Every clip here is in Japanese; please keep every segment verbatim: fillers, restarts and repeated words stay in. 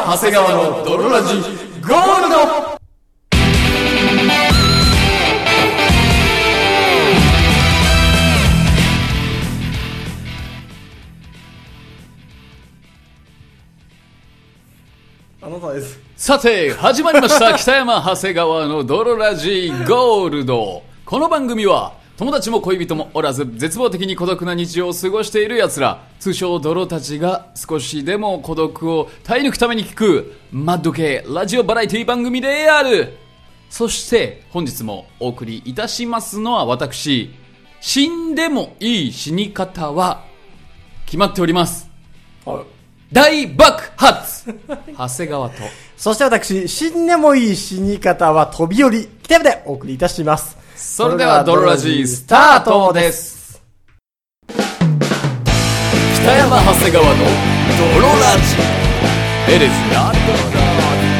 長谷川の泥ラジゴールド。 あなたです。 さて始まりました北山長谷川の泥ラジゴールド。この番組は友達も恋人もおらず絶望的に孤独な日常を過ごしている奴ら、通称泥たちが少しでも孤独を耐え抜くために聞くマッド系ラジオバラエティ番組である。そして本日もお送りいたしますのは私、死んでもいい死に方は決まっております。 はい、 大爆発長谷川とそして私、死んでもいい死に方は飛び降り北山でお送りいたします。 それではドロラジースタートです。北山長谷川のドロラジエレスなドロラ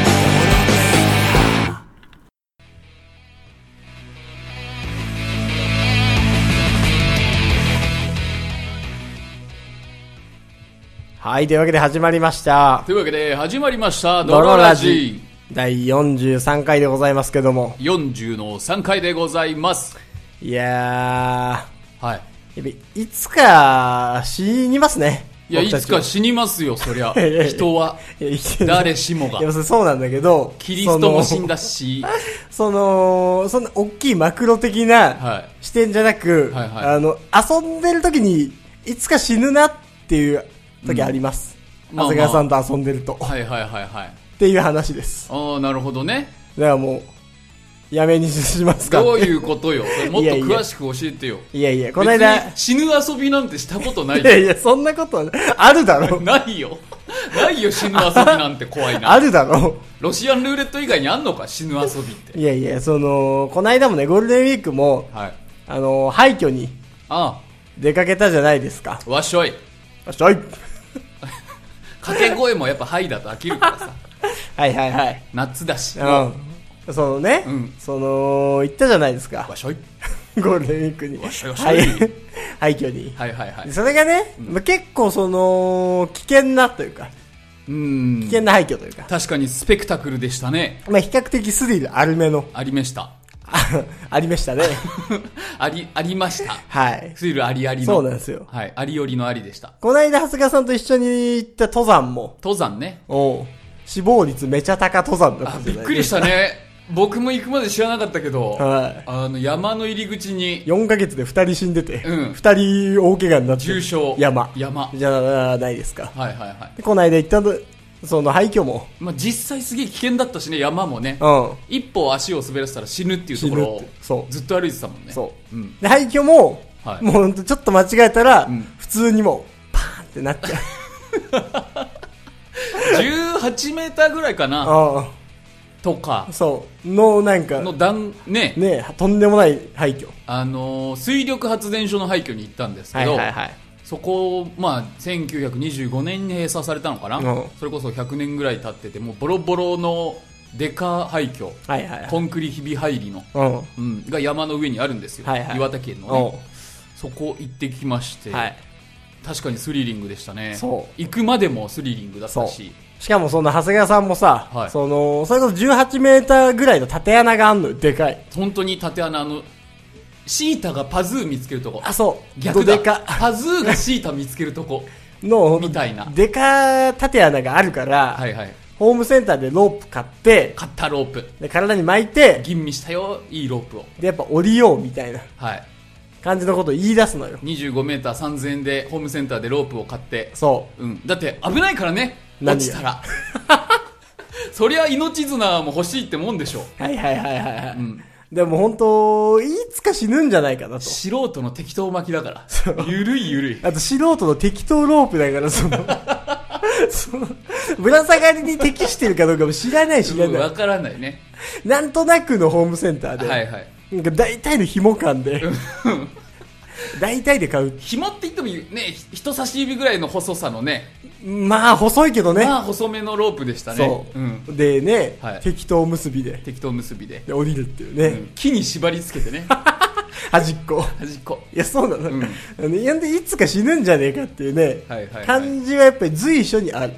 はい、というわけで始まりました。 というわけで始まりましたドロラジだいよんじゅうさんかいでございますけども、 よんじゅうのさんかいでございます。 いやー、はい、 やっぱいつか死にますね。 いや、いつか死にますよ、そりゃ人は誰しもが。 いや、そうなんだけど、 キリストも死んだし、 そのそんな大きいマクロ的な視点じゃなく、はいはいはい、あの遊んでる時にいつか死ぬなっていう時あります、うん、長谷川さんと遊んでると、まあまあ、はいはいはいはいっていう話です。 ああ、なるほどね。 だからもうやめにしますか。 どういうことよ。もっと詳しく教えてよ。 いやいや、この間死ぬ遊びなんてしたことないよ。 いやいや、そんなことあるだろ。 ないよ。ないよ、死ぬ遊びなんて。怖いな。 あるだろ。 ロシアンルーレット以外にあんのか、死ぬ遊びって。 いやいや、そのこの間もね、ゴールデンウィークも、はい、あの廃墟に出かけたじゃないですか。 わっしょいわっしょい。 掛け声もやっぱハイだと飽きるからさ。 はいはいはい。 夏だし。 うん。そのね、うん、その行ったじゃないですか。 わっしょい。 ゴールデンウィークに。 わっしょいわっしょい。 廃墟に。 はいはいはい。 それがね、うん、結構その危険なというか、うん、危険な廃墟というか。 確かにスペクタクルでしたね。 まあ比較的スリルあるめの。 ありました。 ありましたね。 あり、ありました。 はい。 スリルありありの。 そうなんですよ。 はい。ありよりのありでした。 この間、長谷川さんと一緒に行った登山も。 登山ね。 おう。死亡率めちゃ高登山だったじゃないですか。 びっくりしたね。僕も行くまで知らなかったけど、 はい。 あの、山の入り口に。 よんかげつでふたり死んでて。 うん。 ふたり大怪我になって。 重傷。 山。 山。 じゃないですか。 はいはいはい。 でこの間行ったの、その廃墟も、 まあ、実際すげえ危険だったしね、山もね、 うん、 一歩足を滑らせたら死ぬっていうところをそうずっと歩いてたもんね。 そう、うん、で廃墟も、はい、もうほんとちょっと間違えたら、うん、普通にもうパーンってなっちゃうじゅうはちメーターぐらいかな、 うん、 とかそうのなんかの段ねね、とんでもない廃墟、 あのー、水力発電所の廃墟に行ったんですけど、はいはいはい、そこを、まあ、せんきゅうひゃくにじゅうごねんに閉鎖されたのかな、うん、それこそひゃくねんぐらい経ってて、もうボロボロのデカ廃墟、はいはいはい、コンクリひび入りの、うんうん、が山の上にあるんですよ、はいはい、岩手県のね。そこ行ってきまして、はい、確かにスリリングでしたね。そう行くまでもスリリングだったし、 しかもその長谷川さんもさ、はい、そのそれこそじゅうはちメーターぐらいの縦穴があんのよ。でかい、 本当に縦穴のシータがパズー見つけるとこ。 あ、そう。 逆だ。でかパズーがシータ見つけるとこのみたいな。 でか縦穴があるから、はいはい。ホームセンターでロープ買って、 買ったロープ。 で、体に巻いて、 吟味したよ、いいロープを。 で、やっぱ降りようみたいな。 はい。 感じのことを言い出すのよ。 にじゅうごメーターさんぜんえんでホームセンターでロープを買って。 そう。 うん。だって危ないからね。落ちたら。そりゃ命綱も欲しいってもんでしょ。 はいはいはいはいはい。うん。でも本当いつか死ぬんじゃないかなと。 素人の適当巻きだから。ゆるいゆるい。 あと素人の適当ロープだからそのそのぶら下がりに適してるかどうかも知らない知らない。 わからないね。 なんとなくのホームセンターで。はいはい。なんか大体の紐感で。大体で買う。 紐って言ってもね、人差し指ぐらいの細さのね。 まあ細いけどね。 まあ細めのロープでしたね。 そう。うん、でね、はい、適当結びで。 適当結びで。 で降りるっていうね、うん。 木に縛り付けてね。 端っこ。 端っこ。 いやそうなの。うん、いやでいつか死ぬんじゃねえかっていうね、はいはいはい、感じはやっぱり随所にある。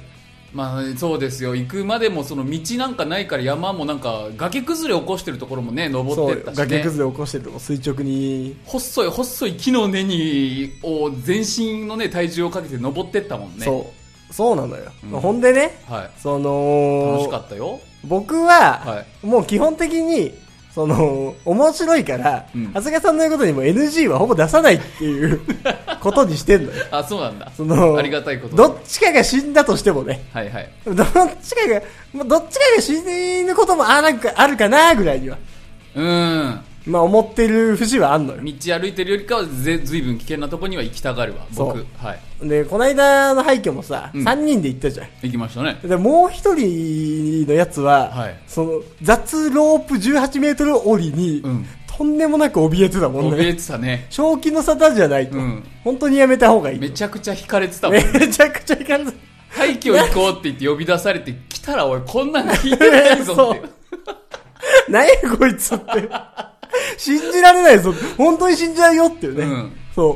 まあそうですよ。行くまでもその道なんかないから山もなんか崖崩れ起こしてるところもね登ってったしね。 崖崩れ起こしてるとこ垂直に細い細い木の根にを全身のね体重をかけて登ってったもんね。 そうそうなのよ、うん、ほんでね、 はい、 その楽しかったよ。 僕は、 はい、 もう基本的にその面白いから、うん、長谷川さんの言うことにも エヌジー はほぼ出さないっていうことにしてんのよ。 あ、そうなんだ。 そのありがたいこと。 どっちかが死んだとしてもね。 はいはい。 どっちかが、どっちかが死ぬこともあるか、あるかなぐらいには。 うーん。 まあ思ってる節はあんのよ。 道歩いてるよりかはぜずいぶん危険なとこには行きたがるわ、僕。はい。 で、この間の廃墟もさ、うん、さんにんで行ったじゃん。 行きましたね。 で、もう一人のやつは、はい、その、雑ロープじゅうはちメートル降りに、うん、とんでもなく怯えてたもんね。 怯えてたね。 正気の沙汰じゃないと、うん。本当にやめた方がいい。 めちゃくちゃ惹かれてたもんね。 めちゃくちゃ惹かれてた。 廃墟行こうって言って呼び出されて、来たら俺こんなん聞いてないぞって。 何やこいつって。信じられないぞ。本当に信じないよっていうね。うん、そう。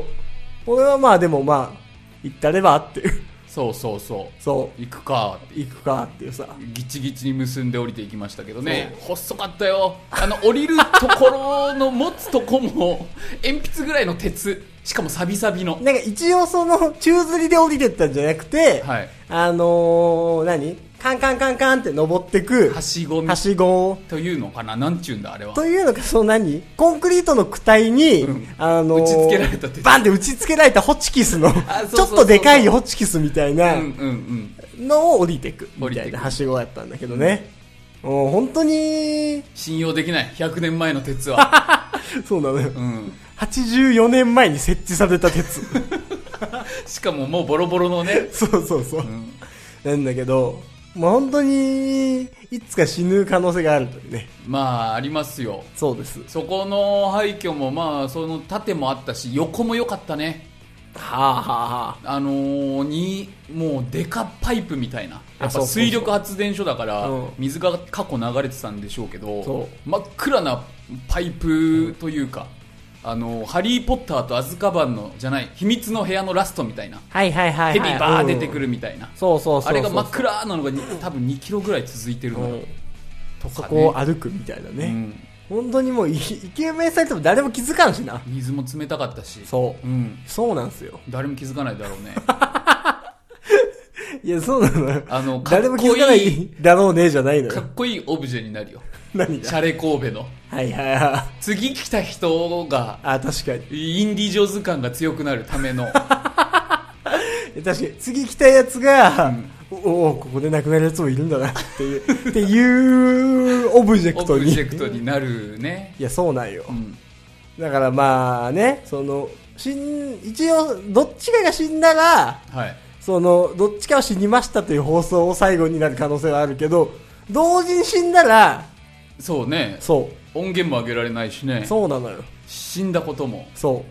俺はまあでもまあ、行ったればっていう。 そうそうそう。 そう。 行くかって。 行くかっていうさ。 ギチギチに結んで降りていきましたけどね。細かったよ。あの、降りるところの持つとこも、鉛筆ぐらいの鉄。しかもサビサビの。 なんか一応その、宙吊りで降りてったんじゃなくて、はい。あのー、何カンカンカンカンって登ってく。 はしご。 はしご。 というのかな、なんちゅうんだ、あれは。 というのか、その何コンクリートの躯体に、うん、あのー、 打ち付けられた鉄。 バンって打ち付けられたホチキスの、ちょっとでかいホチキスみたいなのを降りてく。みたいなはしごやったんだけどね。うん、もう本当に、 信用できない。ひゃくねんまえの鉄は。 そうなのよ。うん、はちじゅうよねんまえに設置された鉄。 しかももうボロボロのね。 そうそうそう。うん、なんだけど、もう本当にいつか死ぬ可能性があるというね。 まあありますよ。 そうです。 そこの廃墟もまあその縦もあったし横も良かったね。 はあはあはあ。あのー、にもうデカパイプみたいな。やっぱ水力発電所だから水が過去流れてたんでしょうけど、真っ暗なパイプというか。あのハリー・ポッターとアズカバンのじゃない秘密の部屋のラストみたいな、 はいはいはい、はい、 ヘビバー出てくるみたいな、 うん、そうそうそうそう、 あれが真っ暗なのが多分にキロぐらい続いてるのよ、うん、 とかね、そこを歩くみたいなね、うん、本当にもうイケメンされても誰も気づかんしな。 水も冷たかったし、 そう、うん、そうなんですよ。 誰も気づかないだろうね。 いやそうなのよ。 あの誰も気づかないだろうねじゃないのよ。 かっこいいオブジェになるよ。 何が？ シャレ神戸の。 はいはいはい。 次来た人が、 あ、確かに。インディ・ジョーンズ感が強くなるための。 確かに、次来たやつが、うん、おお、ここで亡くなるやつもいるんだなっていう、っていうオブジェクトに。 オブジェクトになるね。 いや、そうなんよ。うん、だからまあね、その、死ん、一応、どっちかが死んだら、はい。その、どっちかは死にましたという放送を最後になる可能性はあるけど、同時に死んだら、 そうね。 そう。 音源も上げられないしね。 そうなのよ。 死んだことも。 そう。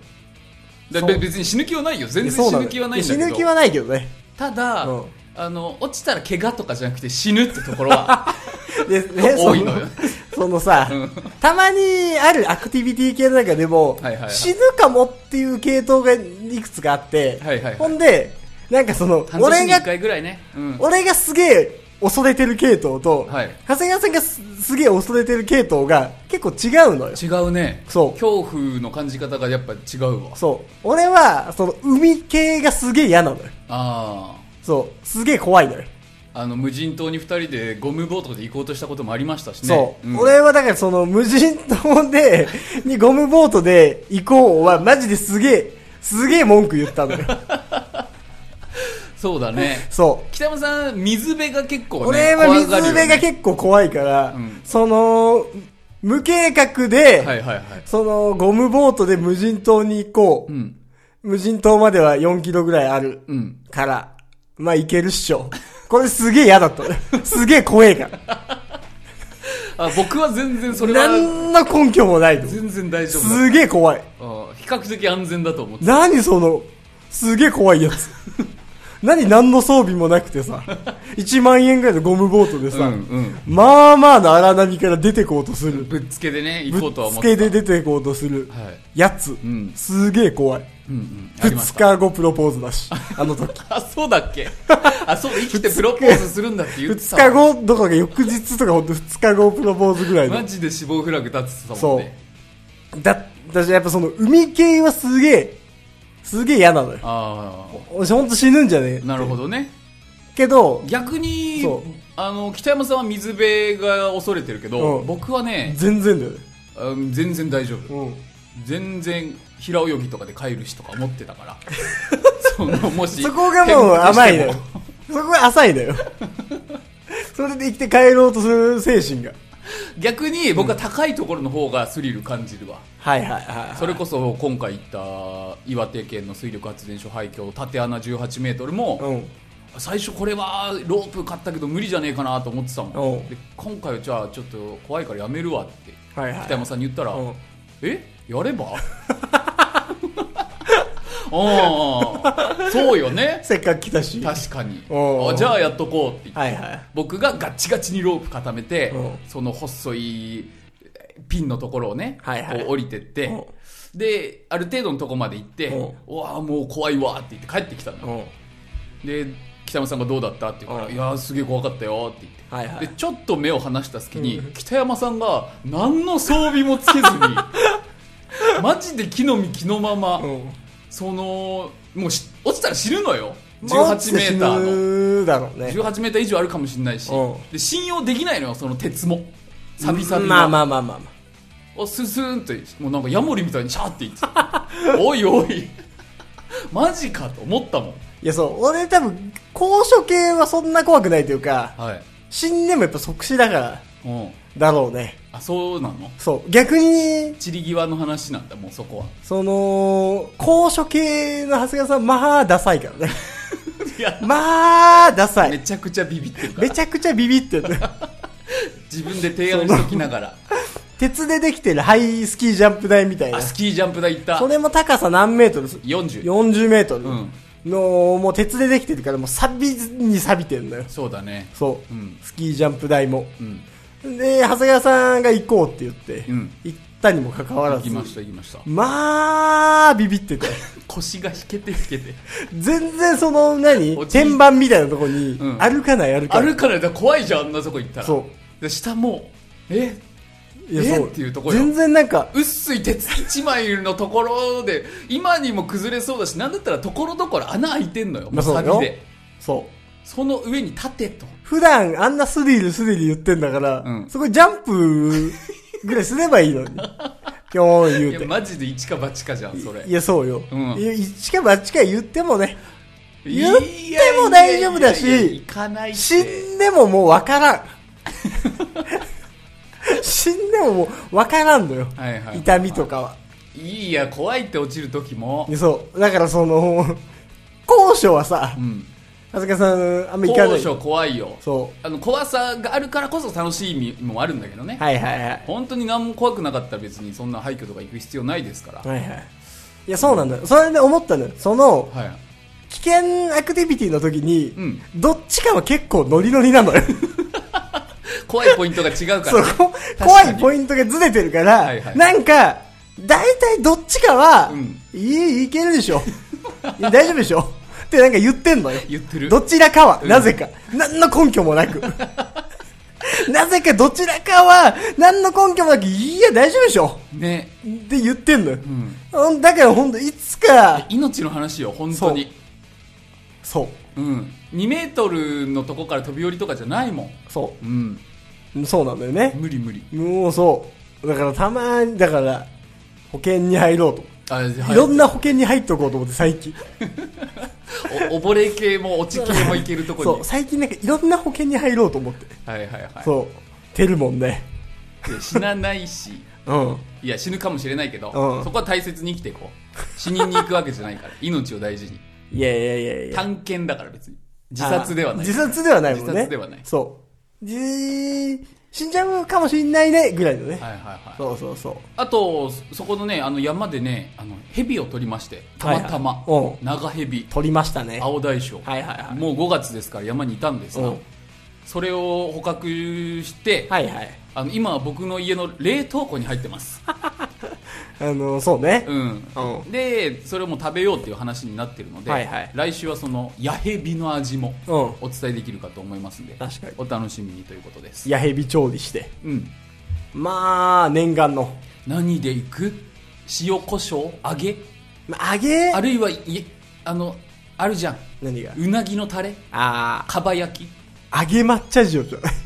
でそう別に死ぬ気はないよ。全然死ぬ気はないんだけど。 死ぬ気はないけどね。 ただ、うん、あの、落ちたら怪我とかじゃなくて死ぬってところは、 でね、多いのよ。そのさ、うん、たまにあるアクティビティ系の中でも、はいはいはい、死ぬかもっていう系統がいくつかあって、はいはいはい、ほんで、なんかその、俺が、 ねうん、 俺がすげえ恐れてる系統と、はい、長谷川さんが す, すげえ恐れてる系統が結構違うのよ。 違うね。そう。恐怖の感じ方がやっぱ違うわ。 そう。俺は、その、海系がすげえ嫌なのよ。 ああ。 そう。すげえ怖いのよ。 あの、無人島に二人でゴムボートで行こうとしたこともありましたしね。 そう。うん、俺はだからその、無人島で、にゴムボートで行こうは、マジですげえ、すげえ文句言ったのよ。 そうだね。 そう。 北山さん、水辺が結構ね、 俺は水辺が結構怖いから、うん、その、無計画で、はいはいはい、その、ゴムボートで無人島に行こう。うん、無人島まではよんキロぐらいあるから、うん、まあ行けるっしょ。これすげえ嫌だったね。すげえ怖えから。 あ、僕は全然それは。 何の根拠もないと。 全然大丈夫。 すげえ怖い。 あ、比較的安全だと思って。 何その、すげえ怖いやつ。 何何の装備もなくてさ、いちまんえんぐらいのゴムボートでさ、 うんうん、 まあまあの荒波から出てこうとする。 ぶっつけでね、行こうとは思ってた。 ぶっつけで出てこうとするやつ。はい、うん、すげえ怖い。 うんうん、 ふつかごプロポーズだし、あの時。 あ、そうだっけあ、そう、生きてプロポーズするんだって言ってた。 ふつかごどころか翌日とかほんとふつかごプロポーズぐらいの。 マジで死亡フラグ立ってたもんね。 そう。だ、私やっぱその海系はすげえ、すげえ嫌なのよ。 ああ。 ほんと死ぬんじゃねえ。 なるほどね。 けど、 逆に、あの、北山さんは水辺が恐れてるけど、うん、僕はね、 全然だよね。 うん、全然大丈夫。 うん、 全然、平泳ぎとかで帰るしとか思ってたから。その、もし。 そこがもう甘いのよ。そこが浅いのよ。それで生きて帰ろうとする精神が。 逆に僕は高いところの方がスリル感じるわ。 はいはいはい、はい。 それこそ今回行った岩手県の水力発電所廃墟縦穴じゅうはちメートルも、うん、最初これはロープ買ったけど無理じゃねえかなと思ってたもん。で今回はじゃあちょっと怖いからやめるわって、はいはい、北山さんに言ったら、うん、えやればあそうよね。 せっかく来たし。 確かに。あじゃあやっとこうって言って、はいはい、僕がガッチガチにロープ固めて、その細いピンのところをね、はいはい、こう降りてって、である程度のところまで行って、うわもう怖いわって言って帰ってきたの。で北山さんがどうだったって言うから、いやーすげえ怖かったよって言って、はいはい、でちょっと目を離した隙に、うん、北山さんが何の装備もつけずにマジで木の実木のまま、うん、そのもう落ちたら死ぬのよ。じゅうはちメーターのだろうね。 じゅうはちメーター以上あるかもしれないし、うん、で信用できないのよその鉄もサビサビまあまあまあまあまあおススーンってもうなんかヤモリみたいにシャーっていっておいおいマジかと思ったもん。いやそう俺多分高所系はそんな怖くないというか、はい、死んでもやっぱ即死だから、うん、だろうね。 あそうなの。 そう逆に散り際の話なんだもうそこは。 その高所系の長谷川さんまあダサいからねいやまあダサい。 めちゃくちゃビビってるから。 めちゃくちゃビビってる自分で提案しときながら鉄でできてるハイスキージャンプ台みたいな。 あスキージャンプ台行った。 それも高さ何メートル？ よんじゅうよんじゅうメートルの、うん、もう鉄でできてるからもう錆びに錆びてるのよ。 そうだね。 そう、うん、スキージャンプ台も、うん、で長谷川さんが行こうって言って、うん、行ったにもかかわらず行きました行きました。 まあビビってて腰が引けて引けて全然その何天板みたいなとこに歩かない歩かない、 歩かないだ怖いじゃんあんなとこ行ったら。そうで下もえいやえそうっていうところ全然なんか薄い鉄一枚のところで今にも崩れそうだし、なんだったらところどころ穴開いてんのよ、まあ、サビで。そうその上に立てと。 普段あんなスリルスリル言ってんだから、うん、そこジャンプぐらいすればいいのに今日言うて。 いやマジで一か八かじゃんそれ。 いやそうよ、うん、いや一か八か言ってもね言っても大丈夫だし、死んでももう分からん死んでももう分からんのよ、はいはいはいはい、痛みとかは。 いいや怖いって落ちる時も。 そうだからその高所はさ、うん、長谷川さんあんま行かない。 高所怖いよ。そうあの怖さがあるからこそ楽しい意味もあるんだけどね。はいはいはい。本当に何も怖くなかったら別にそんな廃墟とか行く必要ないですから。はいはい。 いやそうなんだよ、うん、それで思ったのよ。その、はい、危険アクティビティの時に、うん、どっちかは結構ノリノリなのよ怖いポイントが違うから、ね、 そう怖いポイントがずれてるから、はいはい、なんか大体どっちかは、うん、いいいけるでしょ大丈夫でしょってなんか言ってんのよ。 言ってる。 どちらかは、うん、なぜか何の根拠もなくなぜかどちらかは何の根拠もなく、いや大丈夫でしょねって言ってんのよ、うん、だから本当いつか命の話よ本当に。 そう、 うん、にメートルのとこから飛び降りとかじゃないもん。 そう、うん、そうなんだよね。 無理無理。 もうそうだからたまにだから保険に入ろうと、あいろんな保険に入っとこうと思って最近お溺れ系も落ち系もいけるところにそう最近なんかいろんな保険に入ろうと思って。 はいはいはい。 そうてるもんね。 死なないし、うん、いや死ぬかもしれないけど、うん、そこは大切に生きていこう。死にに行くわけじゃないから命を大事に。 いやいやいやいや探検だから別に自殺ではない。 自殺ではないもんね。 自殺ではない。 そうじ死んじゃうかもしんないね、ぐらいのね。 はいはいはい。 そうそうそう。 あと、そこのね、あの山でね、あの、蛇を取りまして、たまたま、はいはい、長蛇。 取りましたね。 青大将。 はいはいはい。 もうごがつですから山にいたんですが、それを捕獲して、 はいはい。 あの、今は僕の家の冷凍庫に入ってます。 あの、そうね。 うん。うん、で、それも食べようっていう話になってるので、はいはい、来週はその、ヤヘビの味もお伝えできるかと思いますんで、 確かに。 お楽しみにということです。 ヤヘビ調理して。 うん。 まあ、念願の。 何でいく？塩コショウ揚げ？ 揚げ？ あるいは、いあの、あるじゃん。 何が？ うなぎのタレ？ ああ。 かば焼き？ 揚げ抹茶塩じゃない。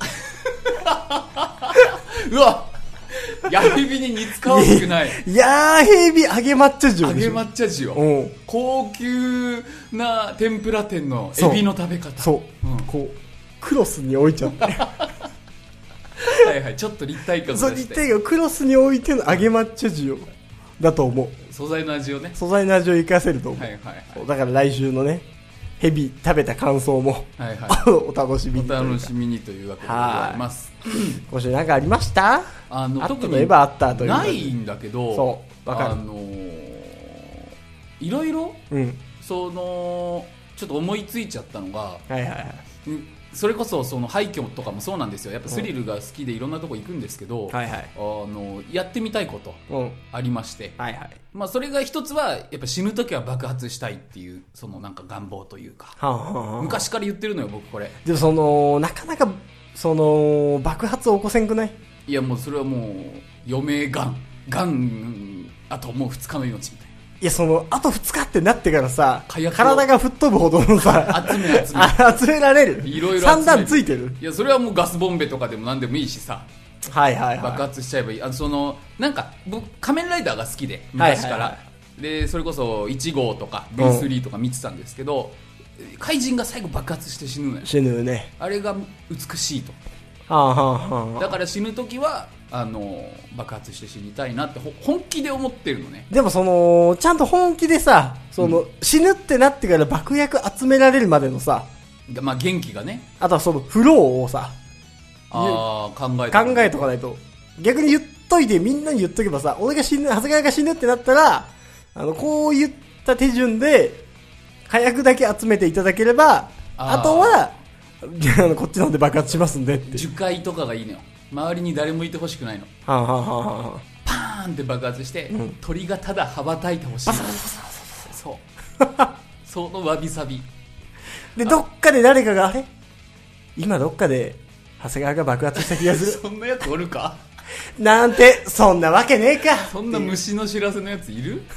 うわヤヘビに似つかわしくない。 ヤヘビ揚げ抹茶塩揚げ抹茶塩。高級な天ぷら店のエビの食べ方。 そう。うん、こう、クロスに置いちゃって。 はいはい、ちょっと立体感を出して。 そう、立体感をクロスに置いての揚げ抹茶塩だと思う。 素材の味をね。 素材の味を生かせると思う。はいはいはい。だから来週のね、ヘビ食べた感想も、はいはい、お楽しみに。 お楽しみにというわけでございます。 今週なんかありました？ あの、特に言えばあったという。 ないんだけど、 そう、わかる。 あのー、いろいろ、うん、その、ちょっと思いついちゃったのが、 はいはいはい。 それこそその廃墟とかもそうなんですよ。やっぱスリルが好きでいろんなとこ行くんですけど、うん、はいはい、あのやってみたいことありまして、うん、はいはい、まあそれが一つはやっぱ死ぬ時は爆発したいっていうそのなんか願望というか、はあはあ、昔から言ってるのよ僕これ。 でもそのなかなかその爆発を起こせんくない？ いやもうそれはもう余命がんがんあともうふつかの命みたいな。 いや、その、あとふつかってなってからさ、体が吹っ飛ぶほどのさ、 集め集め。 集められる。 いろいろ三段ついてる。 いや、それはもうガスボンベとかでも何でもいいしさ。 はいはいはい。 爆発しちゃえばいい。あの、その、なんか、僕、仮面ライダーが好きで、昔から。はいはいはい、で、それこそ、いち号とか、ブイスリー とか見てたんですけど、うん、怪人が最後爆発して死ぬのよ。 死ぬね。 あれが美しいと。 はあはあはあ、 だから死ぬ時はあの爆発して死にたいなって本気で思ってるのね。 でもそのちゃんと本気でさその、うん、死ぬってなってから爆薬集められるまでのさ、 まあ元気がね、 あとはそのフローをさあ考え考えとかないと、逆に言っといてみんなに言っとけばさ、俺が死ぬ長谷川が死ぬってなったらあのこういった手順で火薬だけ集めていただければ あ, あとはこっちの方で爆発しますんでって。 樹海とかがいいのよ。周りに誰もいてほしくないの。 はあはあはあはあ、 パーンって爆発して、うん、鳥がただ羽ばたいてほしい。そうそのわびさびで、どっかで誰かがあれ今どっかで長谷川が爆発した気がするそんなやつおるかなんてそんなわけねえか。 そんな虫の知らせのやついる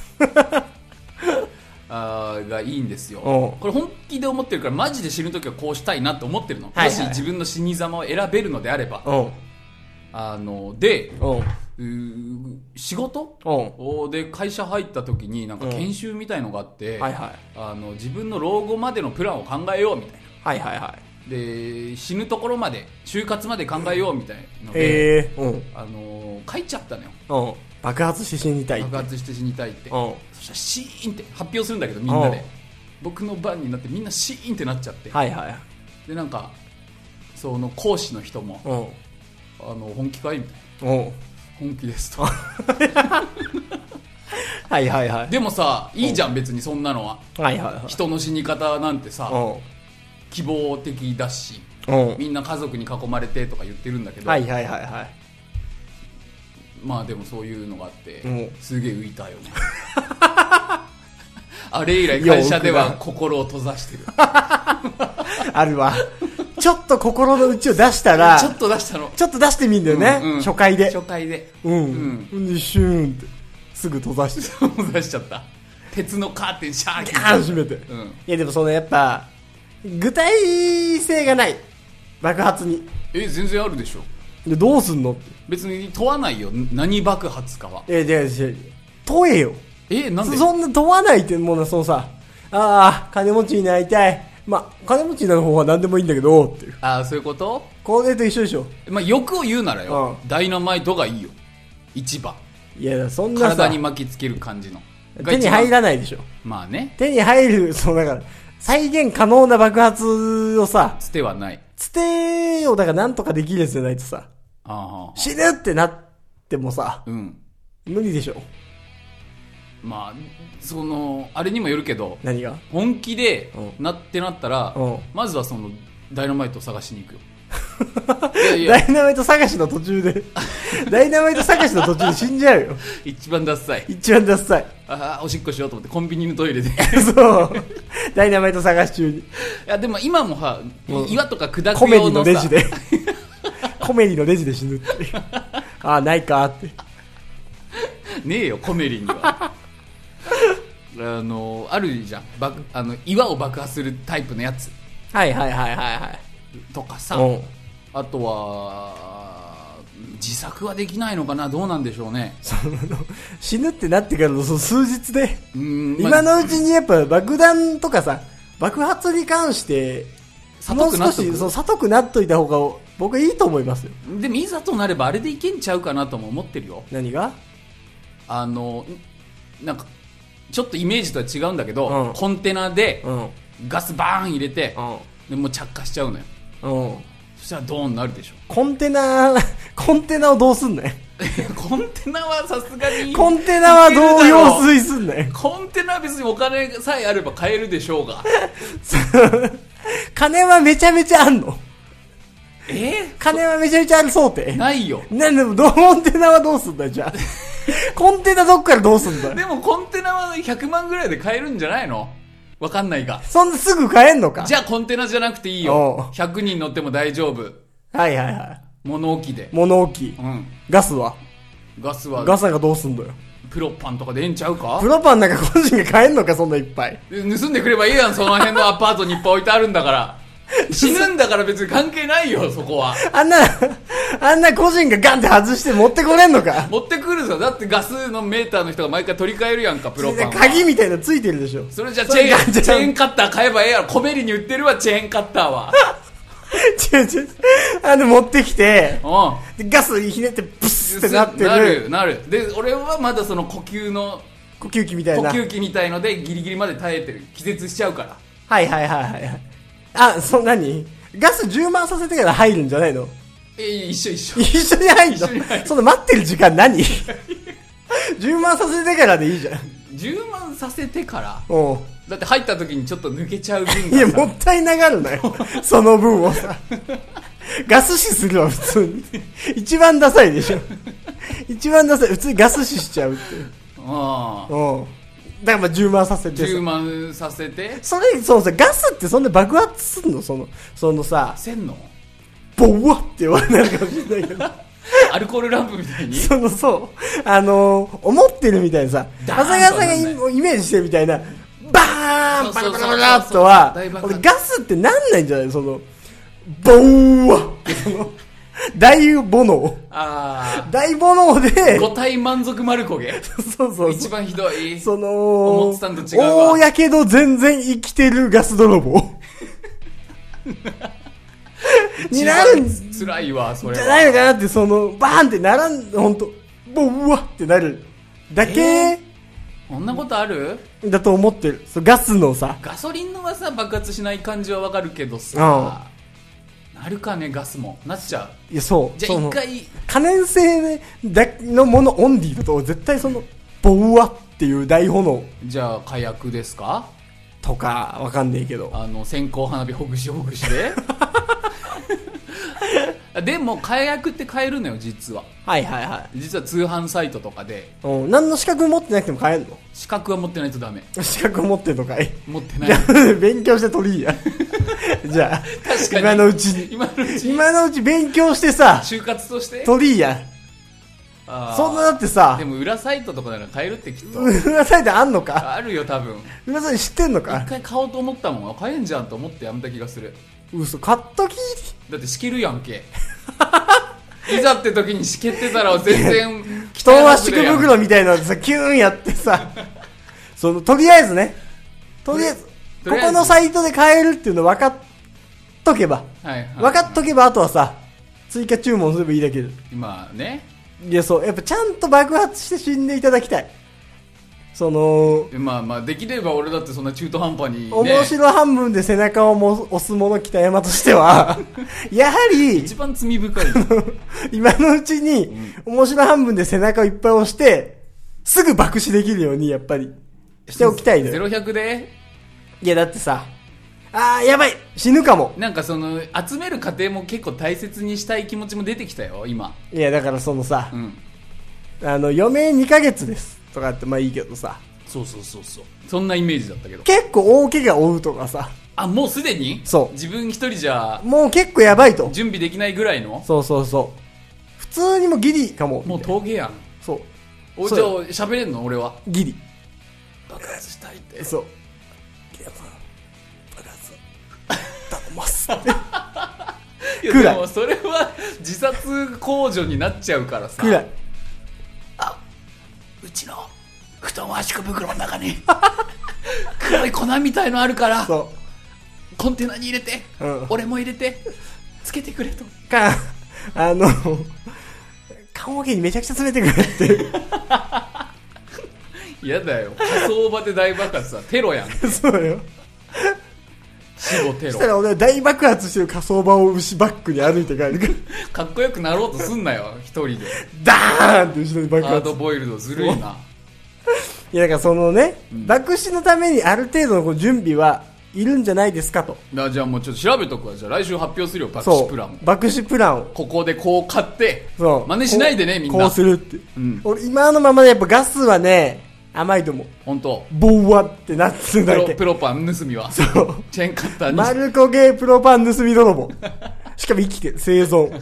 あがいいんですよ。これ本気で思ってるからマジで死ぬ時はこうしたいなって思ってるの、はいはい、もし自分の死に様を選べるのであれば。あので仕事で会社入った時になんか研修みたいのがあって、はいはい、あの自分の老後までのプランを考えようみたいな、 はいはいはい、 で死ぬところまで就活まで考えようみたいので、えーうん、あの書いちゃったのよ。 爆発して死にたいって。 爆発して死にたいって。そしたらシーンって発表するんだけどみんなで僕の番になってみんなシーンってなっちゃって、 はいはい、 でなんかその講師の人もあの本気かいみたいな。本気ですとはいはいはい。 でもさいいじゃん別にそんなのは、 はいはいはい、 人の死に方なんてさ希望的だしみんな家族に囲まれてとか言ってるんだけど、 はいはいはいはい、 まあでもそういうのがあってすげえ浮いたよねあれ以来会社では心を閉ざしてるあるわ。ちょっと心の内を出したらちょっと出したのちょっと出してみんだよね、うんうん、初回で初回でうん、うん、でシューンってすぐ閉ざして閉ざしちゃった。鉄のカーテンシャーッ閉めて、うん、いやでもそのやっぱ具体性がない爆発に。 え全然あるでしょ。 でどうすんのって。 別に問わないよ何爆発かは。 えじゃあ問えよ。 えなんでそんな問わないってもうそのさああ金持ちになりたい、まあ金持ちになる方は何でもいいんだけどっていう。 ああそういうこと。 これと一緒でしょ。 まあ欲を言うならよ、うん、ダイナマイトがいいよ一番。 いやそんなさ体に巻きつける感じの手に入らないでしょ。 まあね手に入るそうだから再現可能な爆発をさつてはない。 つてをだからなんとかできるやつじゃないとさ。 あ死ぬってなってもさ、 うん、 無理でしょ。 まあそのあれにもよるけど、 何が本気でなってなったら、うん、まずはそのダイナマイトを探しに行くよ。いやいやダイナマイト探しの途中でダイナマイト探しの途中で死んじゃうよ。 一番ダッサい一番ダッサい。 ああおしっこしようと思ってコンビニのトイレでそうダイナマイト探し中に。いやでも今もは、うん、岩とか砕く用のさコメリのレジでコメリのレジで死ぬってああないかってねえよコメリにはあのあるじゃん、あの岩を爆破するタイプのやつ、 はいはいはいはいはいとかさ、あとは自作はできないのかな、どうなんでしょうね。 その死ぬってなってからのその数日で、うん、今のうちにやっぱ爆弾とかさ爆発に関してもう少しそう悟くなっといた方が僕はいいと思いますよ。 でもいざとなればあれでいけんちゃうかなとも思ってるよ。 何が？ あのなんかちょっとイメージとは違うんだけど、うん、コンテナでガスバーン入れて、うん、でもう着火しちゃうのよ、うん、そしたらドーンなるでしょ。 コンテナコンテナをどうすんねんコンテナはさすがにコンテナはどう用水すんねん。 コンテナは別にお金さえあれば買えるでしょうが金はめちゃめちゃあんの？ えー、 金はめちゃめちゃある想定ないよ。 なんでもコンテナはどうすんだじゃあコンテナどっからどうすんだ。 でもコンテナはひゃくまんぐらいで買えるんじゃないの？わかんないが。 そんなすぐ買えんのか。 じゃあコンテナじゃなくていいよ。ひゃくにん乗っても大丈夫。 はいはいはい。 物置で。 物置。うん。ガスはガスはガスなんかどうすんだよ。 プロパンとかでええんちゃうか。 プロパンなんか個人が買えんのか、そんないっぱい。 盗んでくればいいやん、その辺のアパートにいっぱい置いてあるんだから死ぬんだから別に関係ないよ、そこは。 あんなあんな個人がガンって外して持ってこれんのか。 持ってくるぞ。だってガスのメーターの人が毎回取り替えるやんか、プロパンは。 鍵みたいなのついてるでしょ。 それじゃチェーンチェーンカッター買えばええやろ。コメリに売ってるわ、チェーンカッターは違う違う、あの持ってきて、でガスひねってプスってなってる。 なるなる。で俺はまだその呼吸の呼吸器みたいな呼吸器みたいのでギリギリまで耐えてる。気絶しちゃうから。 はいはいはいはい。あ、そんなにガス充満させてから入るんじゃないの？ えー、一緒一緒一緒に入るの？その待ってる時間何充満させてからでいいじゃん。 充満させてから？ おう。 だって入った時にちょっと抜けちゃう分がさ。 いや、もったいながるなよその分をさガス死するわ普通に一番ダサいでしょ一番ダサい。普通にガス死しちゃうって。ああ。うん。だからまあ充満させて。 充満させて。 それ、そうさ、ガスってそんな爆発すんの？その、そのさ。 せんの？ ボワって言われるかもしれないけど。 アルコールランプみたいに。 その、そう。あのー、思ってるみたいなさ、長谷川さんがイメージしてるみたいな、バーンバラバラバラッとは、俺ガスってなんないんじゃない？その、ボワってその、大炎能。ああ。大炎で。 五体満足丸焦げ。 そうそう。 一番ひどい。 その、 思ってたんと違うわ。 大やけど全然生きてるガス泥棒。になるん辛いわ、それは。 じゃないのかなって、その、バーンってならん、ほんと、ボワってなる。だけ、えー、こんなことある？ だと思ってる。そうガスのさ。 ガソリンのはさ、爆発しない感じはわかるけどさ。なるかね、ガスも。なっちゃう。 いや、そう。 じゃあ一回。 可燃性のものオンリーだと、絶対その、ボワっていう大炎。 じゃあ、火薬ですか？ とか、わかんねえけど。 あの、線香花火ほぐしほぐしででも火薬って買えるのよ実は。 はいはいはい。 実は通販サイトとかで。 うん。何の資格持ってなくても買えるの？ 資格は持ってないとダメ。 資格持ってんのかい？ 持ってない。 じゃあ勉強して取りいや。じゃあ確かに今のうちに今のうち今のうち勉強してさ。 就活として取りいや。そんなだってさ。 でも裏サイトとかなら買えるってきっと。 裏サイトあんのか？ あるよ多分。 裏サイト知ってんのか？ 一回買おうと思ったもん。買えんじゃんと思ってやめた気がする。 嘘、買っとき。 だってしけるやんけいざって時にしけってたら全然人はしく袋みたいなのさキューンやってさそのとりあえずねとりあえずここのサイトで買えるっていうの分かっとけば、はいはい、分かっとけばあとはさ追加注文すればいいだけで。 今ね。 いやそうやっぱちゃんと爆発して死んでいただきたい。 その、 まあまあ、できれば俺だってそんな中途半端に、ね。 面白半分で背中をも押す者北山としては、やはり、 一番罪深い。 今のうちに、面白半分で背中をいっぱい押して、すぐ爆死できるように、やっぱり、しておきたいのよ。 ゼロひゃくでいや、だってさ、あー、やばい死ぬかも。 なんかその、集める過程も結構大切にしたい気持ちも出てきたよ、今。 いや、だからそのさ、 うん、 あの、余命にかげつです。とかってまあいいけどさ、 そうそうそうそう、そんなイメージだったけど、 結構大怪我負うとかさ、 あ、もうすでに、 そう自分一人じゃもう結構やばいと、 準備できないぐらいの、 そうそうそう、普通にもギリかも、 もう峠やん。 そう、 おじゃあ喋れんの俺はギリ爆発したいって。 そう、ギリさん爆発頼ますっていやでもそれは自殺幇助になっちゃうからさ、 くらい、 あ、うちの布団圧縮袋の中に黒い粉みたいのあるから、そうコンテナに入れて、うん、俺も入れてつけてくれとか、あの棺桶にめちゃくちゃ詰めてくれって嫌だよ、火葬場で大爆発はテロやんそうよ、 死後テロ。 そしたら俺は大爆発してる火葬場を牛バックに歩いて帰るからかっこよくなろうとすんなよ一人でダーンって後ろに爆発。 ハードボイルドずるいな。 いやだからそのね、うん、爆死のためにある程度のこう準備はいるんじゃないですかと。 じゃあもうちょっと調べとくわ。じゃあ来週発表するよ、爆死プランを。 爆死プランをここでこう買ってそう真似しないでね、みんなこうするって、うん、俺今のままでやっぱガスはね甘いと思う。 本当。 ボワってなってるだけ。 プロ、プロパン盗みは。そう。チェーンカッターに。 マルコゲープロパン盗み泥棒。しかも生きてる、生存。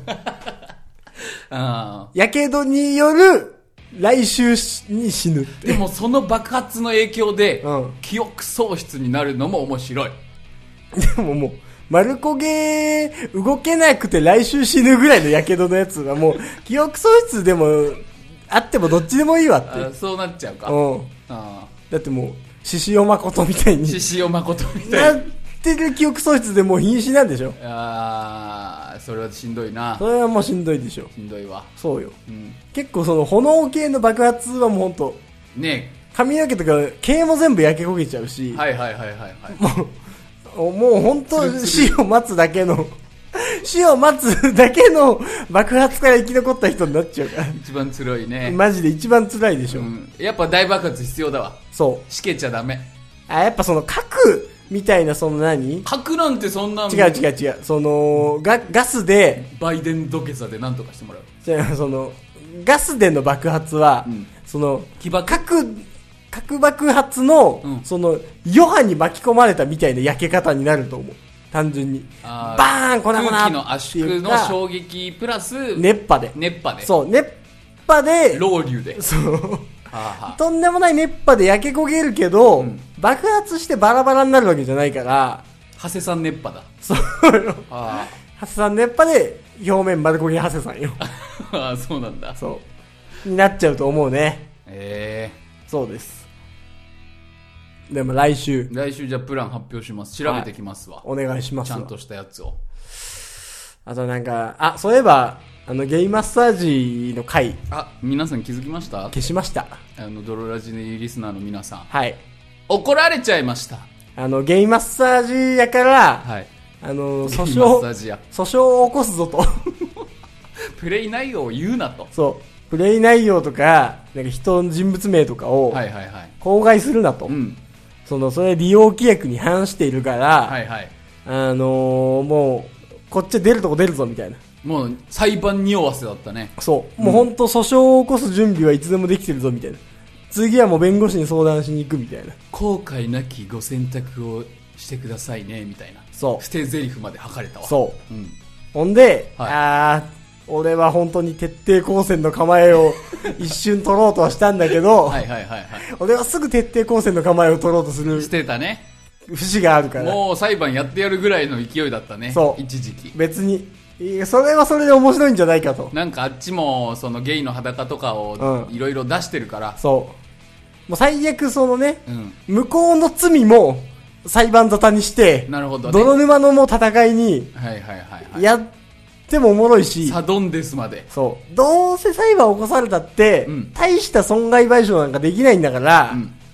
ああ。やけどによる来週に死ぬって。 でもその爆発の影響で、うん、記憶喪失になるのも面白い。 でももう、マルコゲー動けなくて来週死ぬぐらいのやけどのやつはもう、記憶喪失でも、あってもどっちでもいいわって。 あ、そうなっちゃうか。 うん。あだってもう、獅子王誠みたいに。 獅子王誠みたいに。なってる記憶喪失でもう瀕死なんでしょ。 ああ、それはしんどいな。 それはもうしんどいでしょ。 しんどいわ。 そうよ。うん、結構その炎系の爆発はもうほんと。 ねえ。 髪の毛とか毛も全部焼け焦げちゃうし。 はいはいはいはい、はい。 もう、もうほんと死を待つだけの。死を待つだけの爆発から生き残った人になっちゃうから。 一番辛いね。 マジで一番辛いでしょ。うん、 やっぱ大爆発必要だわ。 そう。 しけちゃダメ。 あ、やっぱその核みたいなその何核なんてそんな違う違う違う。その、ガ、ガスで。 バイデン土下座で何とかしてもらう。 じゃあその、ガスでの爆発は、うん、その、核、核爆発の、うん、その、余波に巻き込まれたみたいな焼け方になると思う。単純にバーン粉々 空気の圧縮の衝撃プラス熱波で熱波でそう熱波でロウリュでそうはあ、はあ、とんでもない熱波で焼け焦げるけど、うん、爆発してバラバラになるわけじゃないから長谷さん熱波だそうよ、はあ、長谷さん熱波で表面丸焦げ長谷さんよああそうなんだそうになっちゃうと思うねええー、そうですでも来週来週じゃあプラン発表します。調べてきますわ、はい、 お願いします。 ちゃんとしたやつを。 あとなんかあそういえばあのゲイマッサージの回あ皆さん気づきました？ 消しました。 あのドロラジリスナーの皆さんはい怒られちゃいました。 あのゲイマッサージやからはいあの訴訟訴訟を起こすぞとプレイ内容を言うなと。 そうプレイ内容とかなんか人の人物名とかを口外するなと、はいはいはいうんそのそれ利用規約に反しているから、 はいはい、 あのー、もうこっち出るとこ出るぞみたいな。 もう裁判におわせだったね。 そう、うん、もう本当訴訟を起こす準備はいつでもできてるぞみたいな。次はもう弁護士に相談しに行くみたいな。 後悔なきご選択をしてくださいねみたいな。 そう捨て台詞まで吐かれたわ。 そう、うん、ほんで、はい、あー俺は本当に徹底抗戦の構えを一瞬取ろうとはしたんだけどはいはいはい、はい、 俺はすぐ徹底抗戦の構えを取ろうとするしてたね節があるからもう裁判やってやるぐらいの勢いだったね。 そう一時期別にそれはそれで面白いんじゃないかと。 なんかあっちもそのゲイの裸とかをいろいろ出してるから、 うん、そうもう最悪そのね、うん、向こうの罪も裁判沙汰にしてなるほど、ね、 泥沼のもう戦いにやってでもおもろいしサドンデスまでそうどうせ裁判起こされたって、うん、大した損害賠償なんかできないんだから、うん、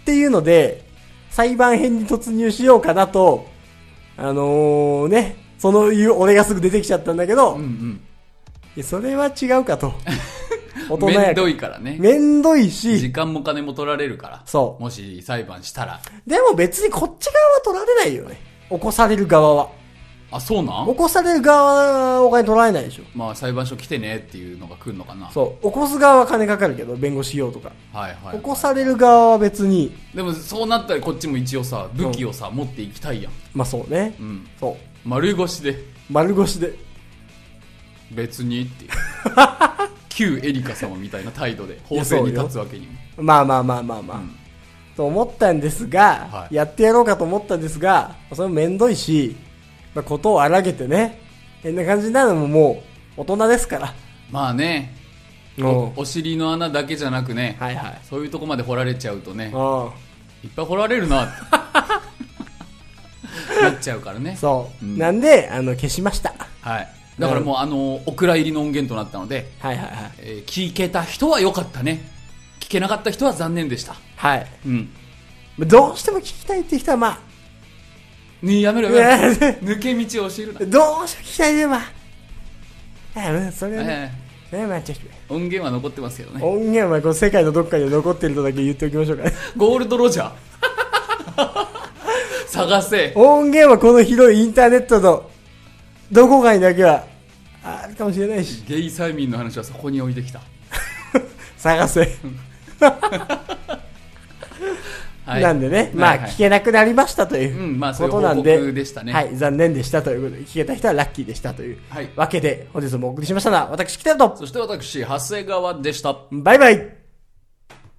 っていうので、裁判編に突入しようかなと、あのー、ね、そのいう俺がすぐ出てきちゃったんだけど、うんうん、いやそれは違うかと。 大人やめんどいからね。 めんどいし。 時間も金も取られるから。 そう。 もし裁判したら。 でも別にこっち側は取られないよね。起こされる側は。 あ、そうなん？ 起こされる側はお金取られないでしょ。 まあ裁判所来てねっていうのが来るのかな。 そう。起こす側は金かかるけど、弁護士費用とか。 はいはい、はい。 起こされる側は別に。 でもそうなったらこっちも一応さ、武器をさ、うん、持っていきたいやん。 まあそうね。 うん。 そう。 丸腰で。 丸腰で。 別にっていう。旧エリカ様みたいな態度で法廷に立つわけにも。 まあまあまあまあまあ。うん、と思ったんですが、はい、やってやろうかと思ったんですが、それもめんどいし、まあ、ことを荒げてね、変な感じになるのももう大人ですから。まあね、お, お尻の穴だけじゃなくね、はいはい、そういうとこまで掘られちゃうとね、いっぱい掘られるなってなっちゃうからね。 そう。うん、なんで、あの、消しました。 はい。だからもうあのお蔵入りの音源となったので、はいはいはい、えー、聞けた人は良かったね、聞けなかった人は残念でした。 はい、うん、どうしても聞きたいって人はまあね、やめろやめろ抜け道を教えるな。 どうしても聞きたいでまああそれはね、えーえーまあ、 音源は残ってますけどね。 音源はこの世界のどっかに残ってるとだけ言っておきましょうかね。 ゴールドロジャー探せ。 音源はこの広いインターネットのどこかにだけはあるかもしれないし。 ゲイ催眠の話はそこに置いてきた。 探せ。はい、なんでね、まあ、はいはい、聞けなくなりましたということなんで、うん、まあ、そういう報告でしたね。はい、残念でしたということで、聞けた人はラッキーでしたという、はい、わけで、本日もお送りしましたのは、私、北野と、 そして私、長谷川でした。 バイバイ。